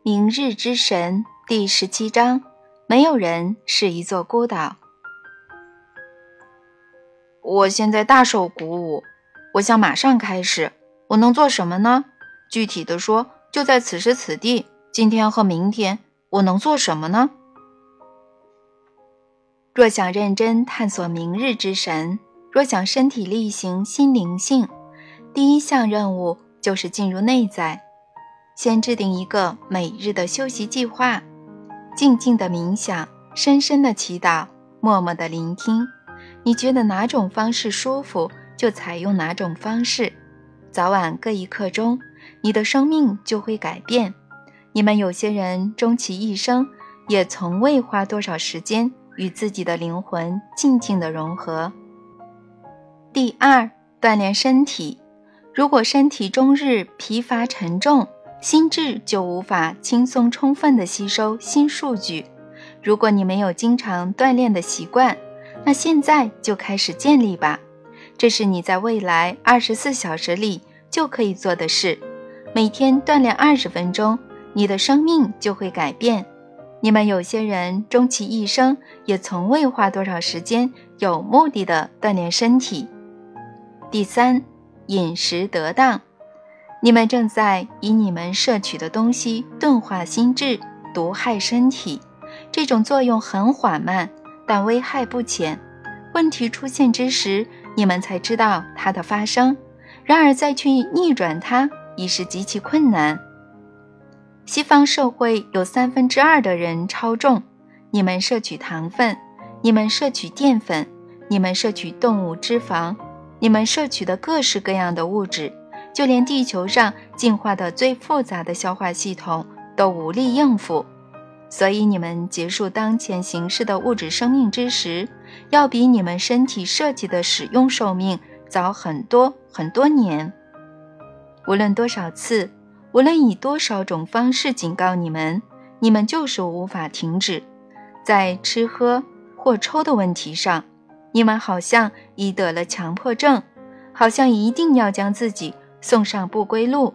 明日之神第17章，没有人是一座孤岛。 我现在大受鼓舞，我想马上开始。我能做什么呢？具体的说，就在此时此地，今天和明天，我能做什么呢？ 若想认真探索明日之神，若想身体力行心灵性，第一项任务就是进入内在，先制定一个每日的休息计划，静静的冥想，深深的祈祷，默默的聆听。你觉得哪种方式舒服，就采用哪种方式。早晚各1刻钟，你的生命就会改变。你们有些人终其一生，也从未花多少时间与自己的灵魂静静的融合。第2，锻炼身体。如果身体终日疲乏沉重，心智就无法轻松充分地吸收新数据。如果你没有经常锻炼的习惯，那现在就开始建立吧。这是你在未来24小时里就可以做的事。每天锻炼20分钟，你的生命就会改变。你们有些人终其一生也从未花多少时间有目的地锻炼身体。第3，饮食得当。你们正在以你们摄取的东西钝化心智，毒害身体。这种作用很缓慢，但危害不浅。问题出现之时，你们才知道它的发生，然而再去逆转它已是极其困难。西方社会有2/3的人超重，你们摄取糖分，你们摄取淀粉，你们摄取动物脂肪，你们摄取的各式各样的物质，就连地球上进化的最复杂的消化系统都无力应付。所以你们结束当前形式的物质生命之时，要比你们身体设计的使用寿命早很多很多年。无论多少次，无论以多少种方式警告你们，你们就是无法停止。在吃喝或抽的问题上，你们好像已得了强迫症，好像一定要将自己送上不归路。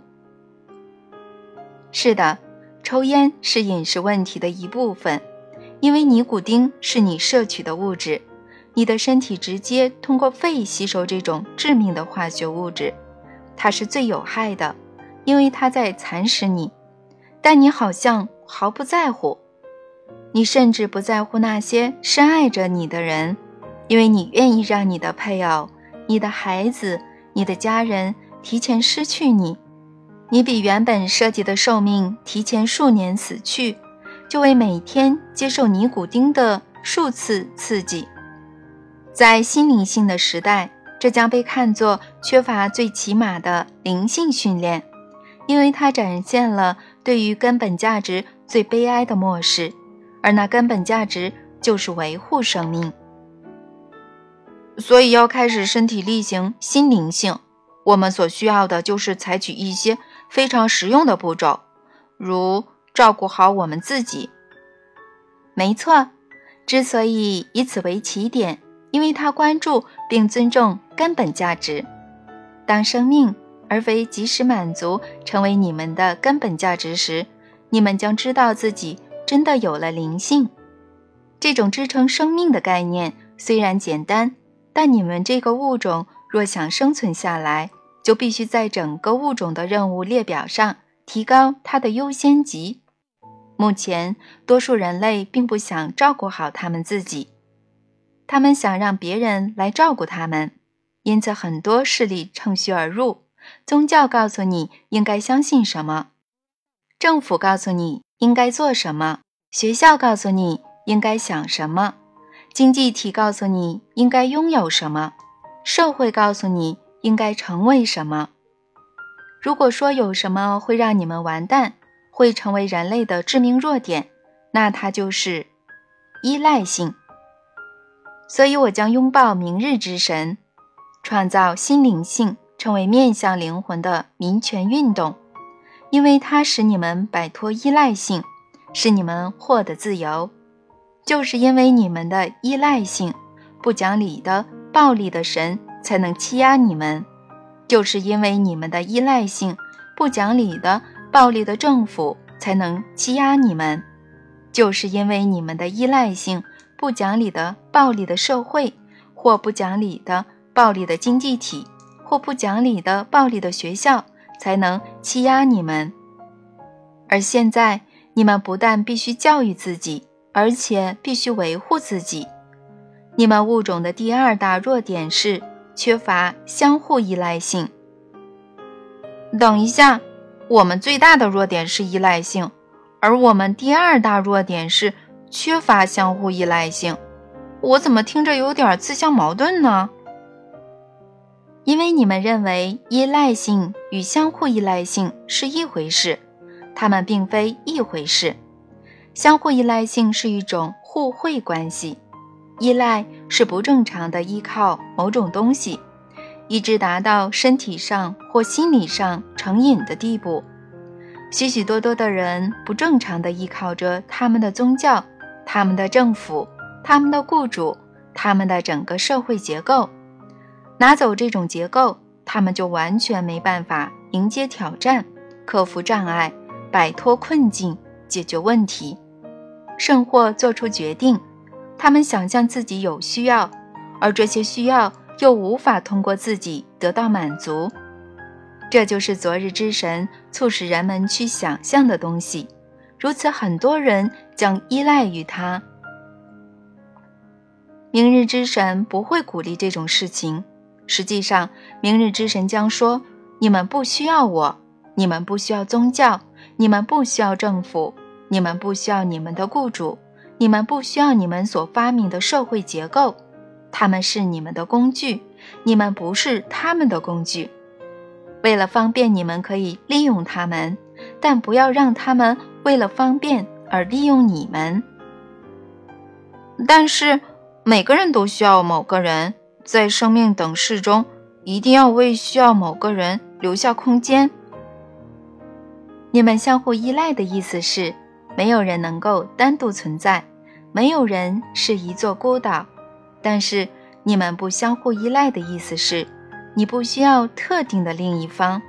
是的，抽烟是饮食问题的一部分，因为尼古丁是你摄取的物质，你的身体直接通过肺吸收这种致命的化学物质，它是最有害的，因为它在蚕食你，但你好像毫不在乎。你甚至不在乎那些深爱着你的人，因为你愿意让你的配偶、你的孩子、你的家人提前失去你。你比原本设计的寿命提前数年死去，就为每天接受尼古丁的数次刺激。在心灵性的时代，这将被看作缺乏最起码的灵性训练，因为它展现了对于根本价值最悲哀的漠视，而那根本价值就是维护生命。 所以要开始身体力行心灵性，我们所需要的就是采取一些非常实用的步骤，如照顾好我们自己。 没错，之所以以此为起点，因为它关注并尊重根本价值。当生命而非及时满足成为你们的根本价值时，你们将知道自己真的有了灵性。这种支撑生命的概念虽然简单，但你们这个物种若想生存下来，就必须在整个物种的任务列表上提高它的优先级。目前，多数人类并不想照顾好他们自己，他们想让别人来照顾他们，因此很多势力乘虚而入。宗教告诉你应该相信什么，政府告诉你应该做什么，学校告诉你应该想什么，经济体告诉你应该拥有什么，社会告诉你应该成为什么。如果说有什么会让你们完蛋，会成为人类的致命弱点，那它就是依赖性。所以我将拥抱明日之神，创造新灵性，成为面向灵魂的民权运动，因为它使你们摆脱依赖性，使你们获得自由。就是因为你们的依赖性，不讲理的暴力的神才能欺压你们，就是因为你们的依赖性，不讲理的暴力的政府才能欺压你们，就是因为你们的依赖性、不讲理的暴力的社会，或不讲理的暴力的经济体，或不讲理的暴力的学校，才能欺压你们。而现在，你们不但必须教育自己，而且必须维护自己。你们物种的第二大弱点是缺乏相互依赖性。 等一下，我们最大的弱点是依赖性，而我们第二大弱点是缺乏相互依赖性。我怎么听着有点自相矛盾呢？ 因为你们认为依赖性与相互依赖性是一回事，它们并非一回事。相互依赖性是一种互惠关系，依赖是不正常的依靠某种东西，以致达到身体上或心理上成瘾的地步。许许多多的人不正常地依靠着他们的宗教、他们的政府、他们的雇主、他们的整个社会结构。拿走这种结构，他们就完全没办法迎接挑战，克服障碍，摆脱困境，解决问题，甚或做出决定。他们想象自己有需要，而这些需要又无法通过自己得到满足。这就是昨日之神促使人们去想象的东西，如此很多人将依赖于它。明日之神不会鼓励这种事情。实际上，明日之神将说，你们不需要我，你们不需要宗教，你们不需要政府，你们不需要你们的雇主，你们不需要你们所发明的社会结构，他们是你们的工具，你们不是他们的工具。为了方便你们可以利用他们，但不要让他们为了方便而利用你们。 但是每个人都需要某个人，在生命等式中一定要为需要某个人留下空间。 你们相互依赖的意思是，没有人能够单独存在，没有人是一座孤岛。但是你们不相互依赖的意思是，你不需要特定的另一方。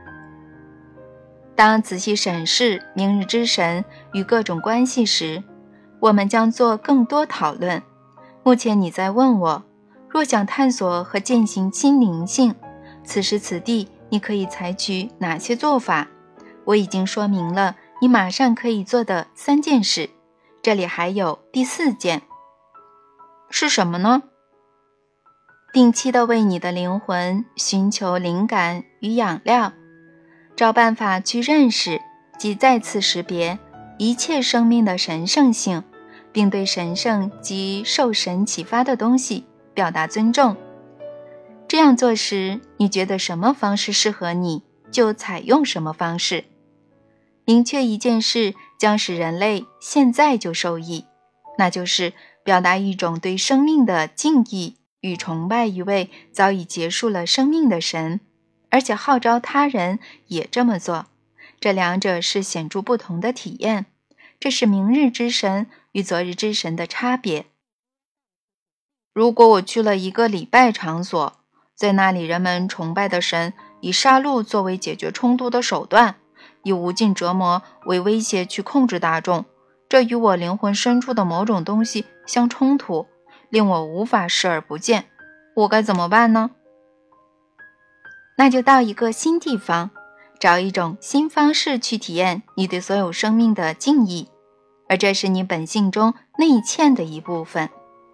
当仔细审视明日之神与各种关系时，我们将做更多讨论。目前你在问我，若想探索和践行新灵性，此时此地你可以采取哪些做法？我已经说明了你马上可以做的3件事，这里还有第4件。 是什么呢？ 定期地为你的灵魂寻求灵感与养料，找办法去认识及再次识别一切生命的神圣性，并对神圣及受神启发的东西表达尊重。这样做时，你觉得什么方式适合你，就采用什么方式。明确一件事将使人类现在就受益，那就是表达一种对生命的敬意与崇拜一位早已结束了生命的神，而且号召他人也这么做。这两者是显著不同的体验，这是明日之神与昨日之神的差别。 如果我去了一个礼拜场所，在那里人们崇拜的神以杀戮作为解决冲突的手段，以无尽折磨为威胁去控制大众，这与我灵魂深处的某种东西相冲突，令我无法视而不见。我该怎么办呢？ 那就到一个新地方，找一种新方式去体验你对所有生命的敬意，而这是你本性中内嵌的一部分。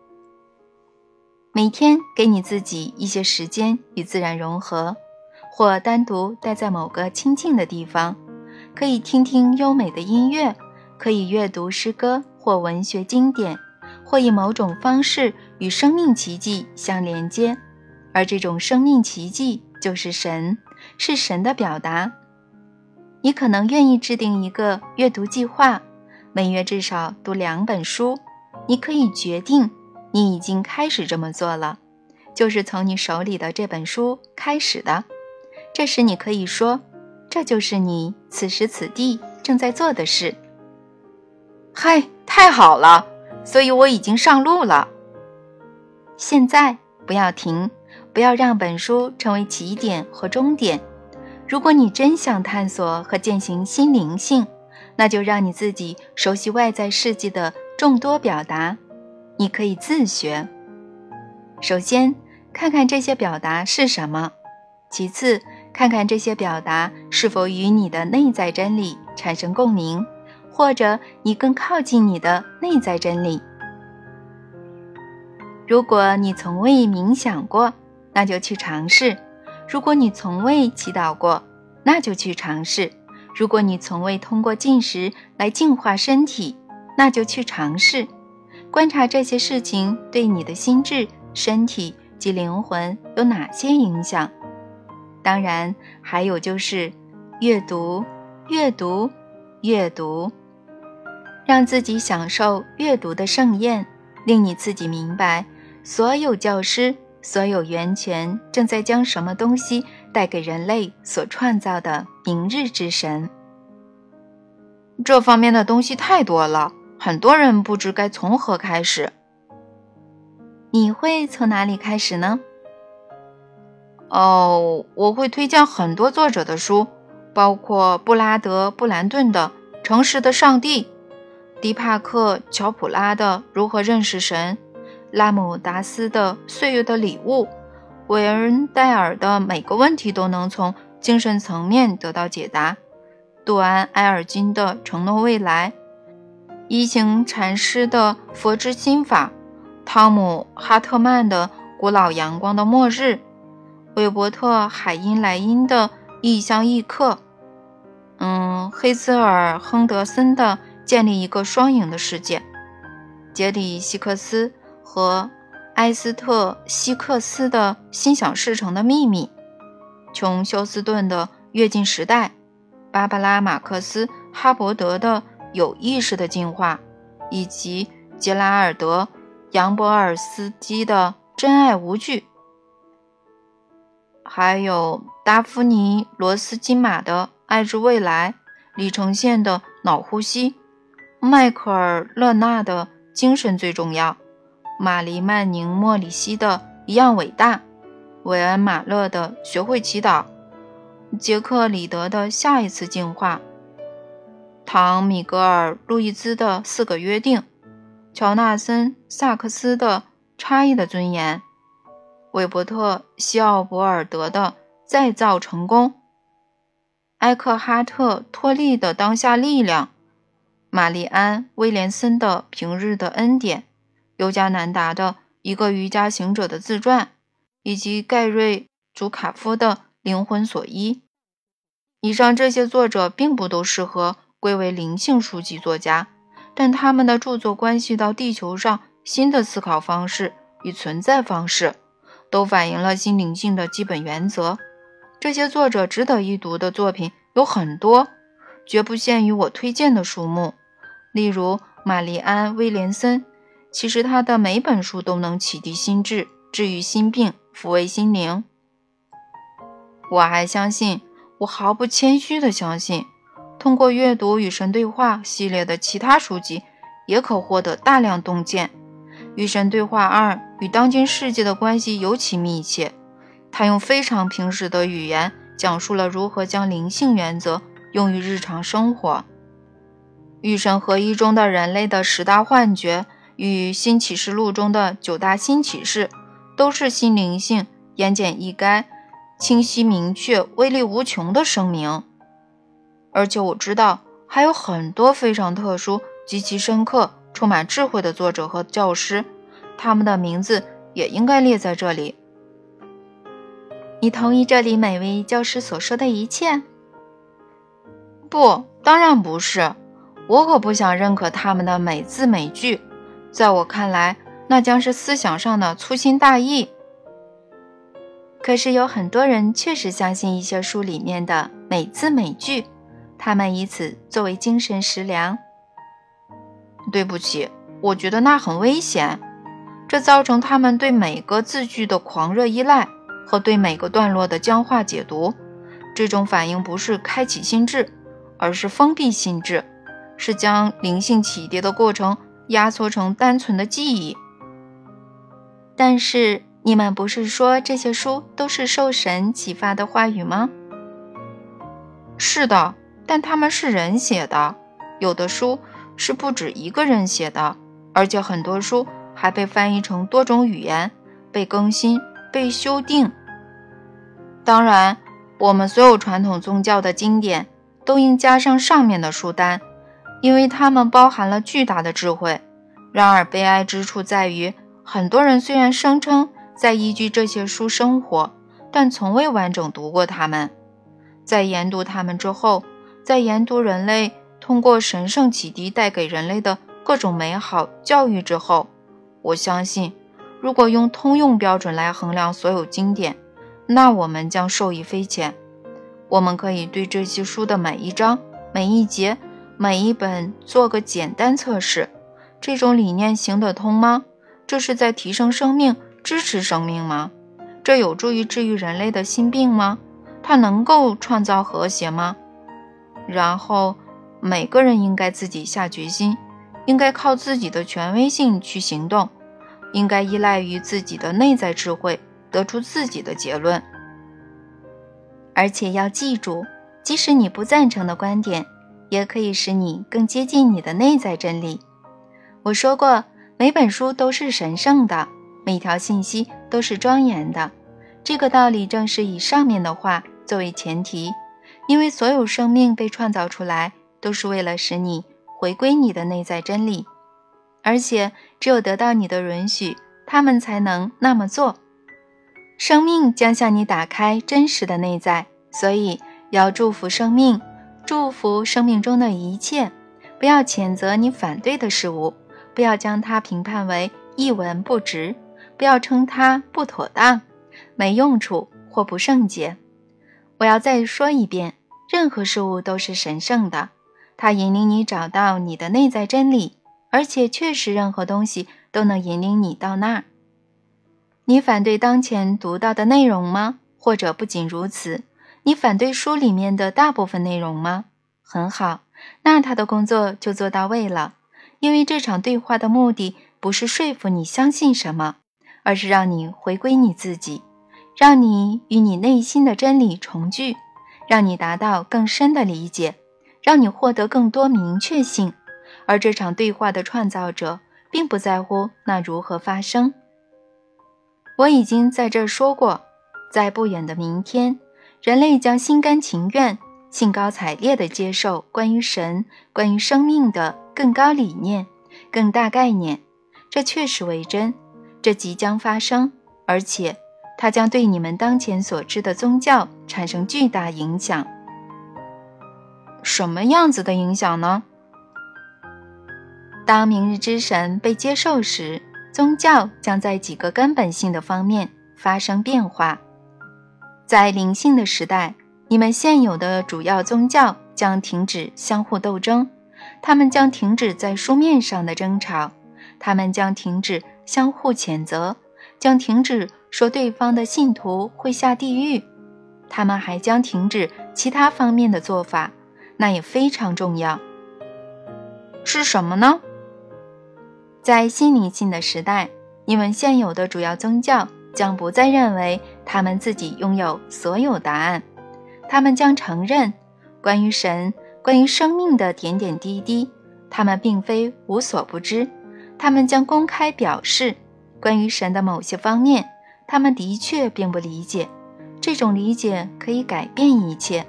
每天给你自己一些时间与自然融合，或单独待在某个清静的地方，可以听听优美的音乐，可以阅读诗歌或文学经典，或以某种方式与生命奇迹相连接，而这种生命奇迹就是神，是神的表达。你可能愿意制定一个阅读计划，每月至少读2本书。你可以决定，你已经开始这么做了，就是从你手里的这本书开始的。这时你可以说，这就是你此时此地正在做的事。 嗨，太好了，所以我已经上路了。 现在不要停，不要让本书成为起点和终点。如果你真想探索和践行新灵性， 那就让你自己熟悉外在世界的众多表达。你可以自学。首先，看看这些表达是什么；其次，看看这些表达是否与你的内在真理产生共鸣，或者你更靠近你的内在真理。如果你从未冥想过，那就去尝试；如果你从未祈祷过，那就去尝试；如果你从未通过进食来净化身体，那就去尝试。观察这些事情对你的心智、身体及灵魂有哪些影响。当然，还有就是阅读，阅读，阅读，让自己享受阅读的盛宴，令你自己明白所有教师、所有源泉正在将什么东西带给人类所创造的明日之神。 这方面的东西太多了，很多人不知该从何开始。 你会从哪里开始呢？ 我会推荐很多作者的书，包括布拉德·布兰顿的《诚实的上帝》，迪帕克·乔普拉的《如何认识神》，拉姆达斯的《岁月的礼物》，韦恩戴尔的《每个问题都能从精神层面得到解答》，杜安·埃尔金的《承诺未来》，一行禅师的《佛之心法》，汤姆·哈特曼的《古老阳光的末日》，韦伯特·海因莱因的《异乡异客》，黑兹尔·亨德森的《建立一个双赢的世界》，杰里希克斯和埃斯特·希克斯的《心想事成的秘密》，琼·休斯顿的《跃进时代》，芭芭拉·马克思·哈伯德的《有意识的进化》，以及杰拉尔德·杨博尔斯基的《真爱无惧》，还有达芙妮·罗斯金马的《爱之未来》，李承宪的《脑呼吸》，迈克尔·勒纳的《精神最重要》，玛丽·曼宁·莫里西的《一样伟大》，韦恩·马勒的《学会祈祷》，杰克·里德的《下一次进化》，唐·米格尔·路易兹的《4个约定》，乔纳森·萨克斯的《差异的尊严》，韦伯特·希奥伯尔德的《再造成功》，埃克哈特·托利的《当下力量》，玛丽安·威廉森的《平日的恩典》，尤加南达的《一个瑜伽行者的自传》，以及盖瑞·祖卡夫的《灵魂所依》。以上这些作者并不都适合归为灵性书籍作家，但他们的著作关系到地球上新的思考方式与存在方式，都反映了新灵性的基本原则。这些作者值得一读的作品有很多，绝不限于我推荐的书目。例如玛丽安·威廉森，其实他的每本书都能启迪心智，治愈心病，抚慰心灵。我还相信，我毫不谦虚地相信，通过阅读《与神对话》系列的其他书籍，也可获得大量洞见。《与神对话2》与当今世界的关系尤其密切，他用非常平实的语言讲述了如何将灵性原则用于日常生活。与神合一中的人类的10大幻觉与新启示录中的9大新启示，都是新灵性言简意赅、清晰明确、威力无穷的声明。而且我知道还有很多非常特殊、极其深刻、充满智慧的作者和教师，他们的名字也应该列在这里。 你同意这里每位教师所说的一切？ 不，当然不是。我可不想认可他们的每字每句，在我看来，那将是思想上的粗心大意。 可是有很多人确实相信一些书里面的每字每句，他们以此作为精神食粮。 对不起，我觉得那很危险，这造成他们对每个字句的狂热依赖和对每个段落的僵化解读。这种反应不是开启心智，而是封闭心智，是将灵性启迪的过程压缩成单纯的记忆。 但是你们不是说这些书都是受神启发的话语吗？ 是的，但他们是人写的， 有的书是不止一个人写的，而且很多书还被翻译成多种语言，被更新、被修订。当然，我们所有传统宗教的经典都应加上上面的书单，因为它们包含了巨大的智慧。然而悲哀之处在于，很多人虽然声称在依据这些书生活，但从未完整读过它们。在研读它们之后，在研读人类通过神圣启迪带给人类的各种美好教育之后，我相信，如果用通用标准来衡量所有经典，那我们将受益匪浅。我们可以对这些书的每一章、每一节、每一本做个简单测试。这种理念行得通吗？这是在提升生命、支持生命吗？这有助于治愈人类的心病吗？它能够创造和谐吗？然后，每个人应该自己下决心，应该靠自己的权威性去行动，应该依赖于自己的内在智慧，得出自己的结论。 而且要记住，即使你不赞成的观点，也可以使你更接近你的内在真理。我说过，每本书都是神圣的，每条信息都是庄严的。这个道理正是以上面的话作为前提，因为所有生命被创造出来，都是为了使你回归你的内在真理，而且只有得到你的允许，他们才能那么做。生命将向你打开真实的内在，所以要祝福生命，祝福生命中的一切，不要谴责你反对的事物，不要将它评判为一文不值，不要称它不妥当、没用处或不圣洁。我要再说一遍，任何事物都是神圣的，它引领你找到你的内在真理，而且确实任何东西都能引领你到那儿。你反对当前读到的内容吗？或者不仅如此，你反对书里面的大部分内容吗？很好，那他的工作就做到位了，因为这场对话的目的不是说服你相信什么，而是让你回归你自己，让你与你内心的真理重聚，让你达到更深的理解，让你获得更多明确性。而这场对话的创造者并不在乎那如何发生。我已经在这儿说过，在不远的明天，人类将心甘情愿、兴高采烈地接受关于神、关于生命的更高理念、更大概念。这确实为真，这即将发生，而且它将对你们当前所知的宗教产生巨大影响。 什么样子的影响呢？ 当明日之神被接受时，宗教将在几个根本性的方面发生变化。在灵性的时代，你们现有的主要宗教将停止相互斗争，他们将停止在书面上的争吵，他们将停止相互谴责，将停止说对方的信徒会下地狱，他们还将停止其他方面的做法，那也非常重要。 是什么呢？ 在新灵性的时代，你们现有的主要宗教将不再认为他们自己拥有所有答案，他们将承认关于神、关于生命的点点滴滴，他们并非无所不知，他们将公开表示关于神的某些方面，他们的确并不理解，这种理解可以改变一切。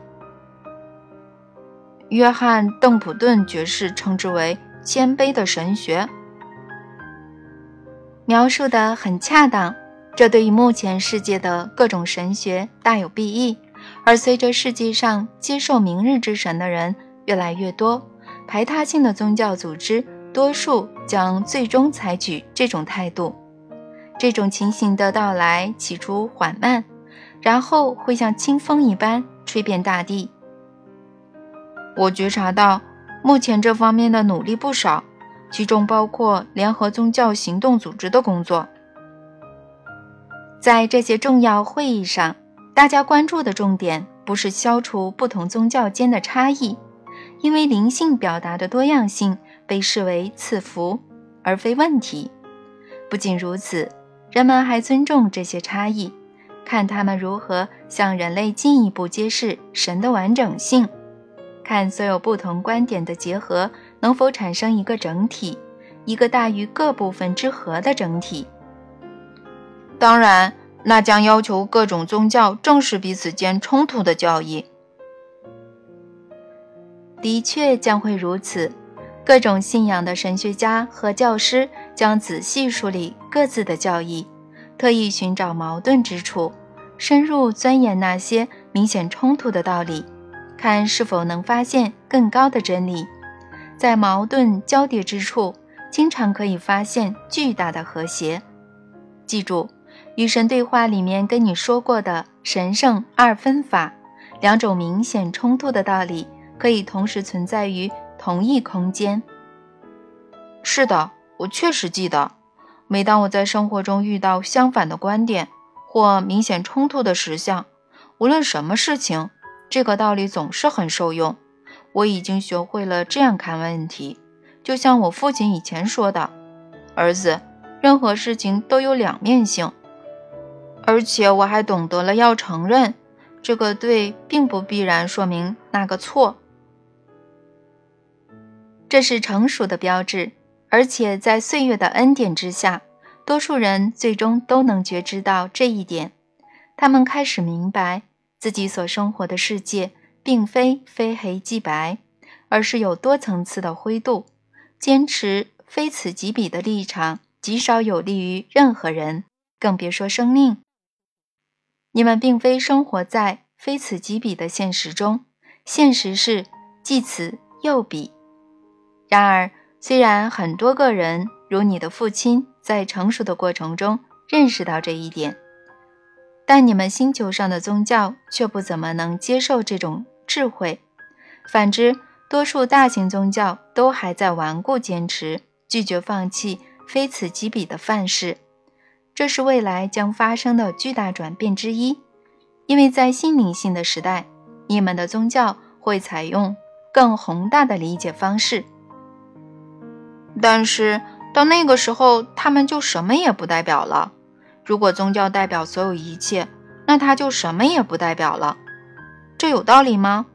约翰·邓普顿爵士称之为谦卑的神学。 描述得很恰当，这对于目前世界的各种神学大有裨益。而随着世界上接受明日之神的人越来越多，排他性的宗教组织多数将最终采取这种态度。这种情形的到来起初缓慢，然后会像清风一般吹遍大地。 我觉察到目前这方面的努力不少，其中包括联合宗教行动组织的工作。 在这些重要会议上，大家关注的重点不是消除不同宗教间的差异，因为灵性表达的多样性被视为赐福，而非问题。不仅如此，人们还尊重这些差异，看他们如何向人类进一步揭示神的完整性，看所有不同观点的结合能否产生一个整体，一个大于各部分之和的整体。 当然，那将要求各种宗教正视彼此间冲突的教义。 的确将会如此，各种信仰的神学家和教师将仔细梳理各自的教义，特意寻找矛盾之处，深入钻研那些明显冲突的道理，看是否能发现更高的真理。在矛盾交叠之处，经常可以发现巨大的和谐。记住，与神对话里面跟你说过的神圣二分法，两种明显冲突的道理可以同时存在于同一空间。 是的，我确实记得，每当我在生活中遇到相反的观点或明显冲突的实相，无论什么事情，这个道理总是很受用。我已经学会了这样看问题，就像我父亲以前说的，儿子，任何事情都有两面性。而且我还懂得了要承认，这个对并不必然说明那个错。 这是成熟的标志，而且在岁月的恩典之下，多数人最终都能觉知到这一点。他们开始明白，自己所生活的世界并非非黑即白，而是有多层次的灰度。坚持非此即彼的立场，极少有利于任何人，更别说生命。你们并非生活在非此即彼的现实中，现实是既此又彼。然而，虽然很多个人，如你的父亲，在成熟的过程中认识到这一点，但你们星球上的宗教却不怎么能接受这种智慧。反之，多数大型宗教都还在顽固坚持，拒绝放弃非此即彼的范式。这是未来将发生的巨大转变之一，因为在新灵性的时代，你们的宗教会采用更宏大的理解方式。 但是到那个时候，他们就什么也不代表了。如果宗教代表所有一切，那它就什么也不代表了。这有道理吗？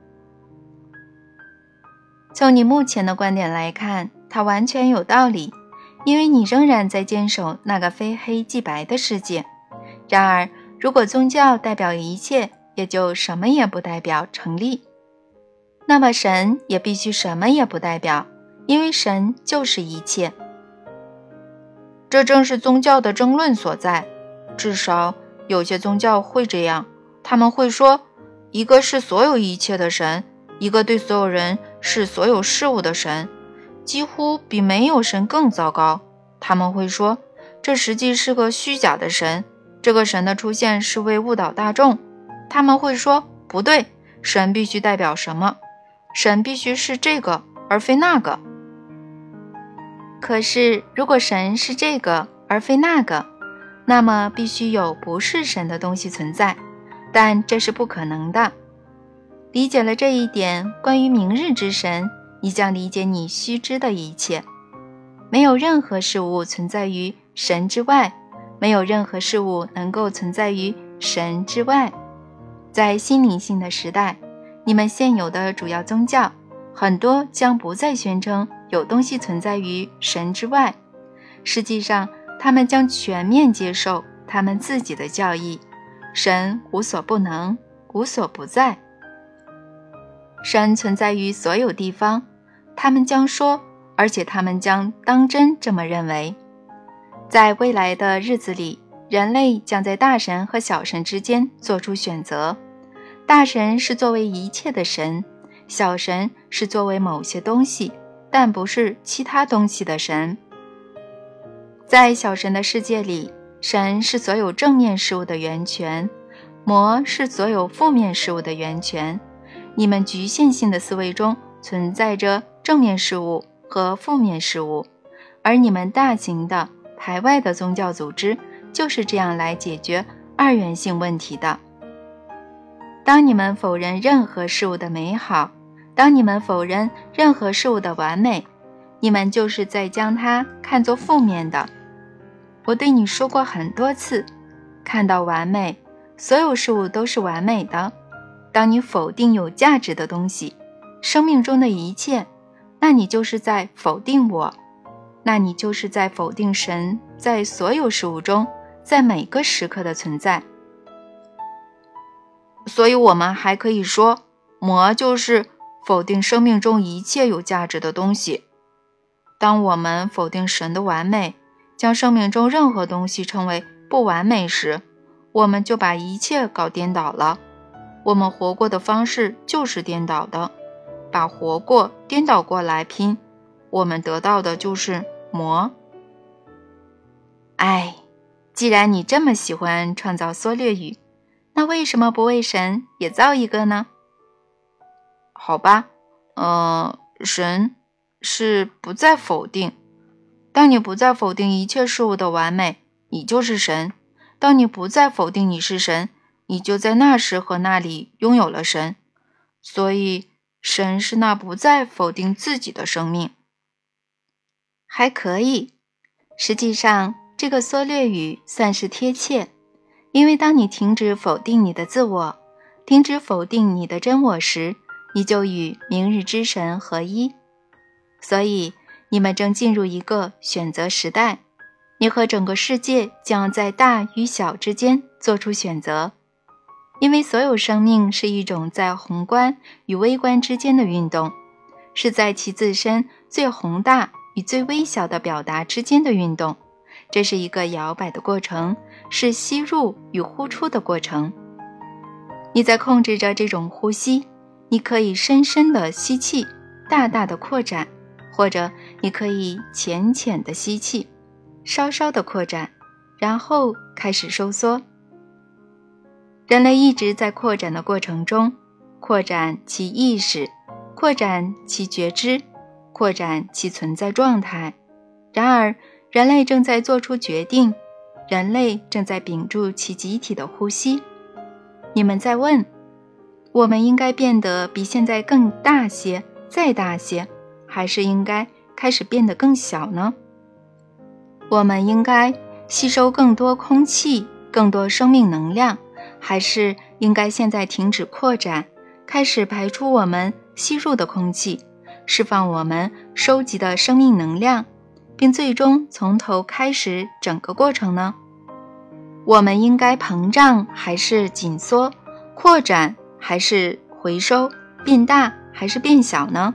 从你目前的观点来看，它完全有道理，因为你仍然在坚守那个非黑即白的世界。然而，如果宗教代表一切，也就什么也不代表成立。那么神也必须什么也不代表，因为神就是一切。 这正是宗教的争论所在，至少有些宗教会这样，他们会说，一个是所有一切的神，一个对所有人是所有事物的神，几乎比没有神更糟糕。他们会说，这实际是个虚假的神，这个神的出现是为误导大众。他们会说，不对，神必须代表什么，神必须是这个而非那个。 可是如果神是这个而非那个，那么必须有不是神的东西存在，但这是不可能的。理解了这一点，关于明日之神，你将理解你须知的一切。没有任何事物存在于神之外，没有任何事物能够存在于神之外。在新灵性的时代，你们现有的主要宗教很多将不再宣称有东西存在于神之外，实际上他们将全面接受他们自己的教义，神无所不能，无所不在。神存在于所有地方，他们将说，而且他们将当真这么认为。在未来的日子里，人类将在大神和小神之间做出选择。大神是作为一切的神，小神是作为某些东西，但不是其他东西的神。在小神的世界里，神是所有正面事物的源泉，魔是所有负面事物的源泉。你们局限性的思维中存在着正面事物和负面事物，而你们大型的排外的宗教组织就是这样来解决二元性问题的。当你们否认任何事物的美好，当你们否认任何事物的完美，你们就是在将它看作负面的。我对你说过很多次，看到完美，所有事物都是完美的。当你否定有价值的东西，生命中的一切， 那你就是在否定我，那你就是在否定神在所有事物中，在每个时刻的存在。 所以我们还可以说，魔就是否定生命中一切有价值的东西。当我们否定神的完美，将生命中任何东西称为不完美时，我们就把一切搞颠倒了。我们活过的方式就是颠倒的，把活过颠倒过来拼，我们得到的就是魔。 哎，既然你这么喜欢创造缩略语，那为什么不为神也造一个呢？ 好吧，神是不再否定。当你不再否定一切事物的完美，你就是神。当你不再否定你是神，你就在那时和那里拥有了神。所以，神是那不再否定自己的生命。 还可以，实际上这个缩略语算是贴切，因为当你停止否定你的自我，停止否定你的真我时，你就与明日之神合一。所以你们正进入一个选择时代，你和整个世界将在大与小之间做出选择。因为所有生命是一种在宏观与微观之间的运动，是在其自身最宏大与最微小的表达之间的运动，这是一个摇摆的过程，是吸入与呼出的过程。你在控制着这种呼吸，你可以深深地吸气，大大的扩展，或者你可以浅浅地吸气，稍稍地扩展，然后开始收缩。人类一直在扩展的过程中，扩展其意识，扩展其觉知，扩展其存在状态。然而，人类正在做出决定，人类正在屏住其集体的呼吸。你们在问，我们应该变得比现在更大些，再大些，还是应该开始变得更小呢？我们应该吸收更多空气，更多生命能量，还是应该现在停止扩展，开始排出我们吸入的空气，释放我们收集的生命能量，并最终从头开始整个过程呢？我们应该膨胀还是紧缩，扩展还是回收，变大还是变小呢？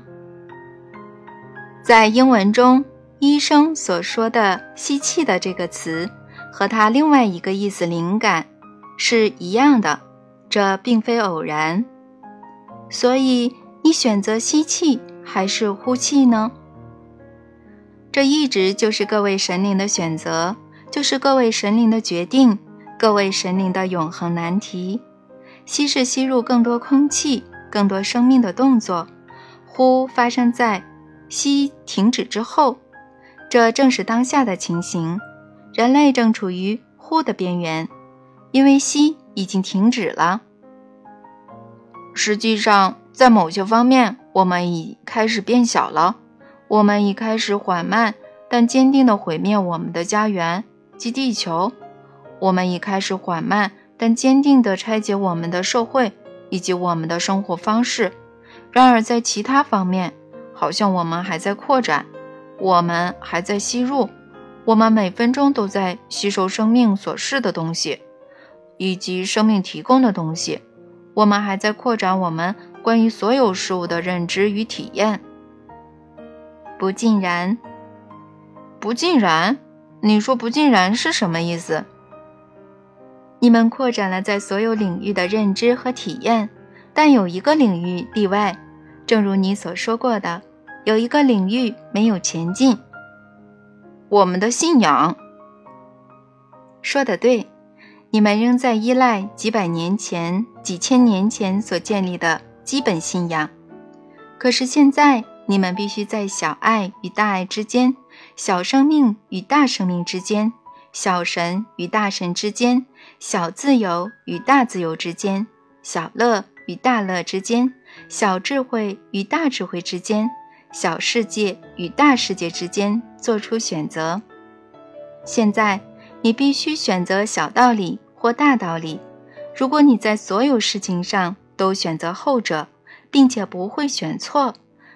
在英文中，医生所说的吸气的这个词和它另外一个意思灵感是一样的，这并非偶然。所以你选择吸气还是呼气呢？这一直就是各位神灵的选择，就是各位神灵的决定，各位神灵的永恒难题。吸是吸入更多空气，更多生命的动作，呼发生在吸停止之后，这正是当下的情形。人类正处于呼的边缘，因为吸已经停止了。 实际上，在某些方面，我们已开始变小了。我们已开始缓慢但坚定地毁灭我们的家园，即地球。我们已开始缓慢但坚定地拆解我们的社会以及我们的生活方式。然而在其他方面，好像我们还在扩展，我们还在吸入，我们每分钟都在吸收生命所示的东西，以及生命提供的东西。我们还在扩展我们关于所有事物的认知与体验。 不尽然。 不尽然？你说不尽然是什么意思？ 你们扩展了在所有领域的认知和体验，但有一个领域例外，正如你所说过的，有一个领域没有前进。 我们的信仰。 说得对，你们仍在依赖几百年前、几千年前所建立的基本信仰。可是现在，你们必须在小爱与大爱之间，小生命与大生命之间，小神与大神之间，小自由与大自由之间，小乐与大乐之间，小智慧与大智慧之间，小世界与大世界之间做出选择。现在你必须选择小道理或大道理。如果你在所有事情上都选择后者，并且不会选错，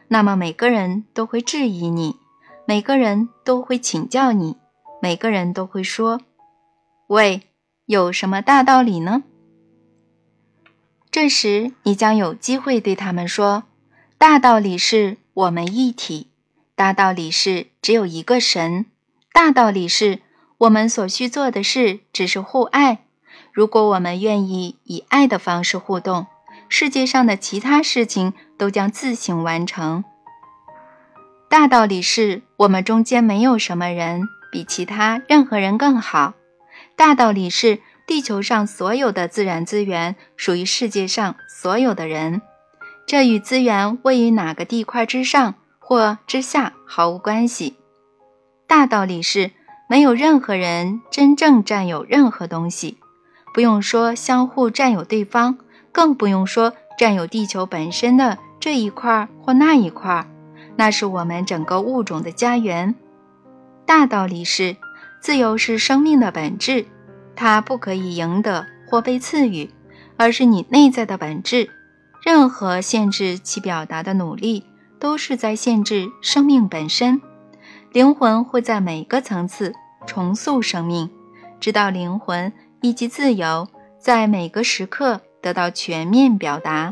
那么每个人都会质疑你，每个人都会请教你，每个人都会说，喂，有什么大道理呢？这时你将有机会对他们说，大道理是我们一体，大道理是只有一个神，大道理是我们所需做的事只是互爱。如果我们愿意以爱的方式互动，世界上的其他事情都将自行完成。大道理是我们中间没有什么人比其他任何人更好。大道理是地球上所有的自然资源属于世界上所有的人，这与资源位于哪个地块之上或之下毫无关系。大道理是没有任何人真正占有任何东西，不用说相互占有对方，更不用说占有地球本身的这一块或那一块，那是我们整个物种的家园。大道理是自由是生命的本质，它不可以赢得或被赐予，而是你内在的本质。任何限制其表达的努力都是在限制生命本身。灵魂会在每个层次重塑生命，直到灵魂以及自由在每个时刻得到全面表达。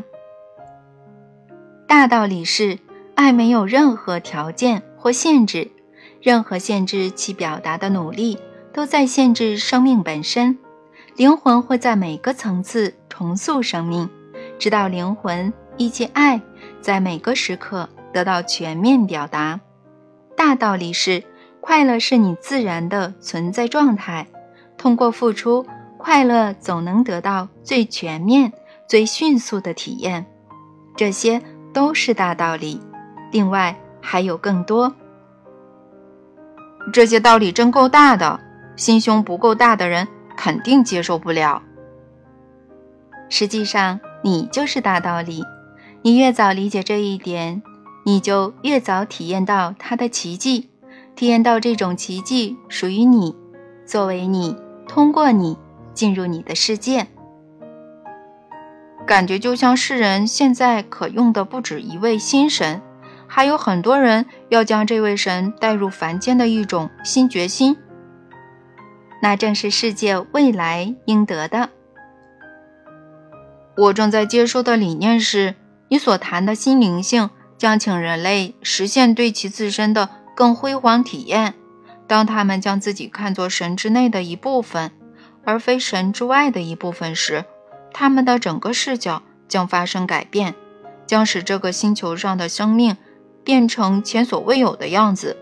大道理是爱没有任何条件或限制，任何限制其表达的努力都在限制生命本身。灵魂会在每个层次重塑生命，直到灵魂以及爱在每个时刻得到全面表达。大道理是快乐是你自然的存在状态，通过付出，快乐总能得到最全面、最迅速的体验。这些都是大道理，另外还有更多。 这些道理真够大的，心胸不够大的人肯定接受不了。 实际上，你就是大道理，你越早理解这一点，你就越早体验到它的奇迹，体验到这种奇迹属于你，作为你，通过你，进入你的世界。 感觉就像世人现在可用的不止一位新神，还有很多人要将这位神带入凡间的一种新决心。 那正是世界未来应得的。 我正在接收的理念是，你所谈的新灵性将请人类实现对其自身的更辉煌体验。当他们将自己看作神之内的一部分，而非神之外的一部分时，他们的整个视角将发生改变，将使这个星球上的生命变成前所未有的样子。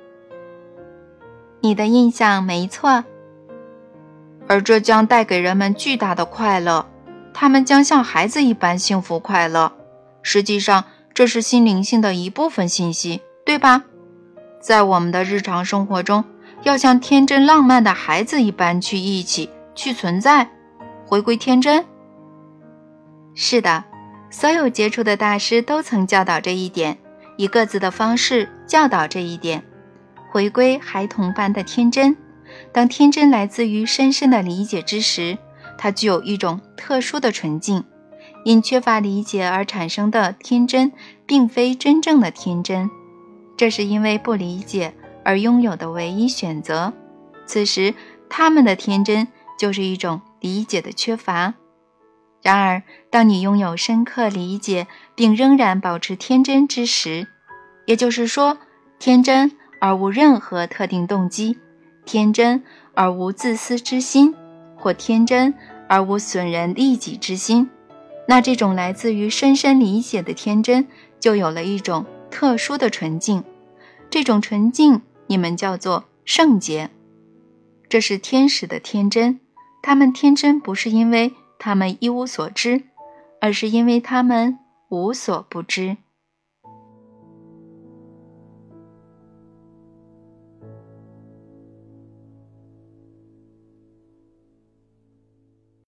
你的印象没错， 而这将带给人们巨大的快乐，他们将像孩子一般幸福快乐。实际上，这是新灵性的一部分信息，对吧？在我们的日常生活中，要像天真浪漫的孩子一般去一起，去存在，回归天真。 是的，所有杰出的大师都曾教导这一点，以各自的方式教导这一点。回归孩童般的天真，当天真来自于深深的理解之时，它具有一种特殊的纯净。因缺乏理解而产生的天真，并非真正的天真，这是因为不理解而拥有的唯一选择。此时，他们的天真就是一种理解的缺乏。然而，当你拥有深刻理解并仍然保持天真之时，也就是说，天真而无任何特定动机，天真而无自私之心，或天真而无损人利己之心，那这种来自于深深理解的天真就有了一种特殊的纯净。这种纯净你们叫做圣洁。这是天使的天真，他们天真不是因为他们一无所知，而是因为他们无所不知。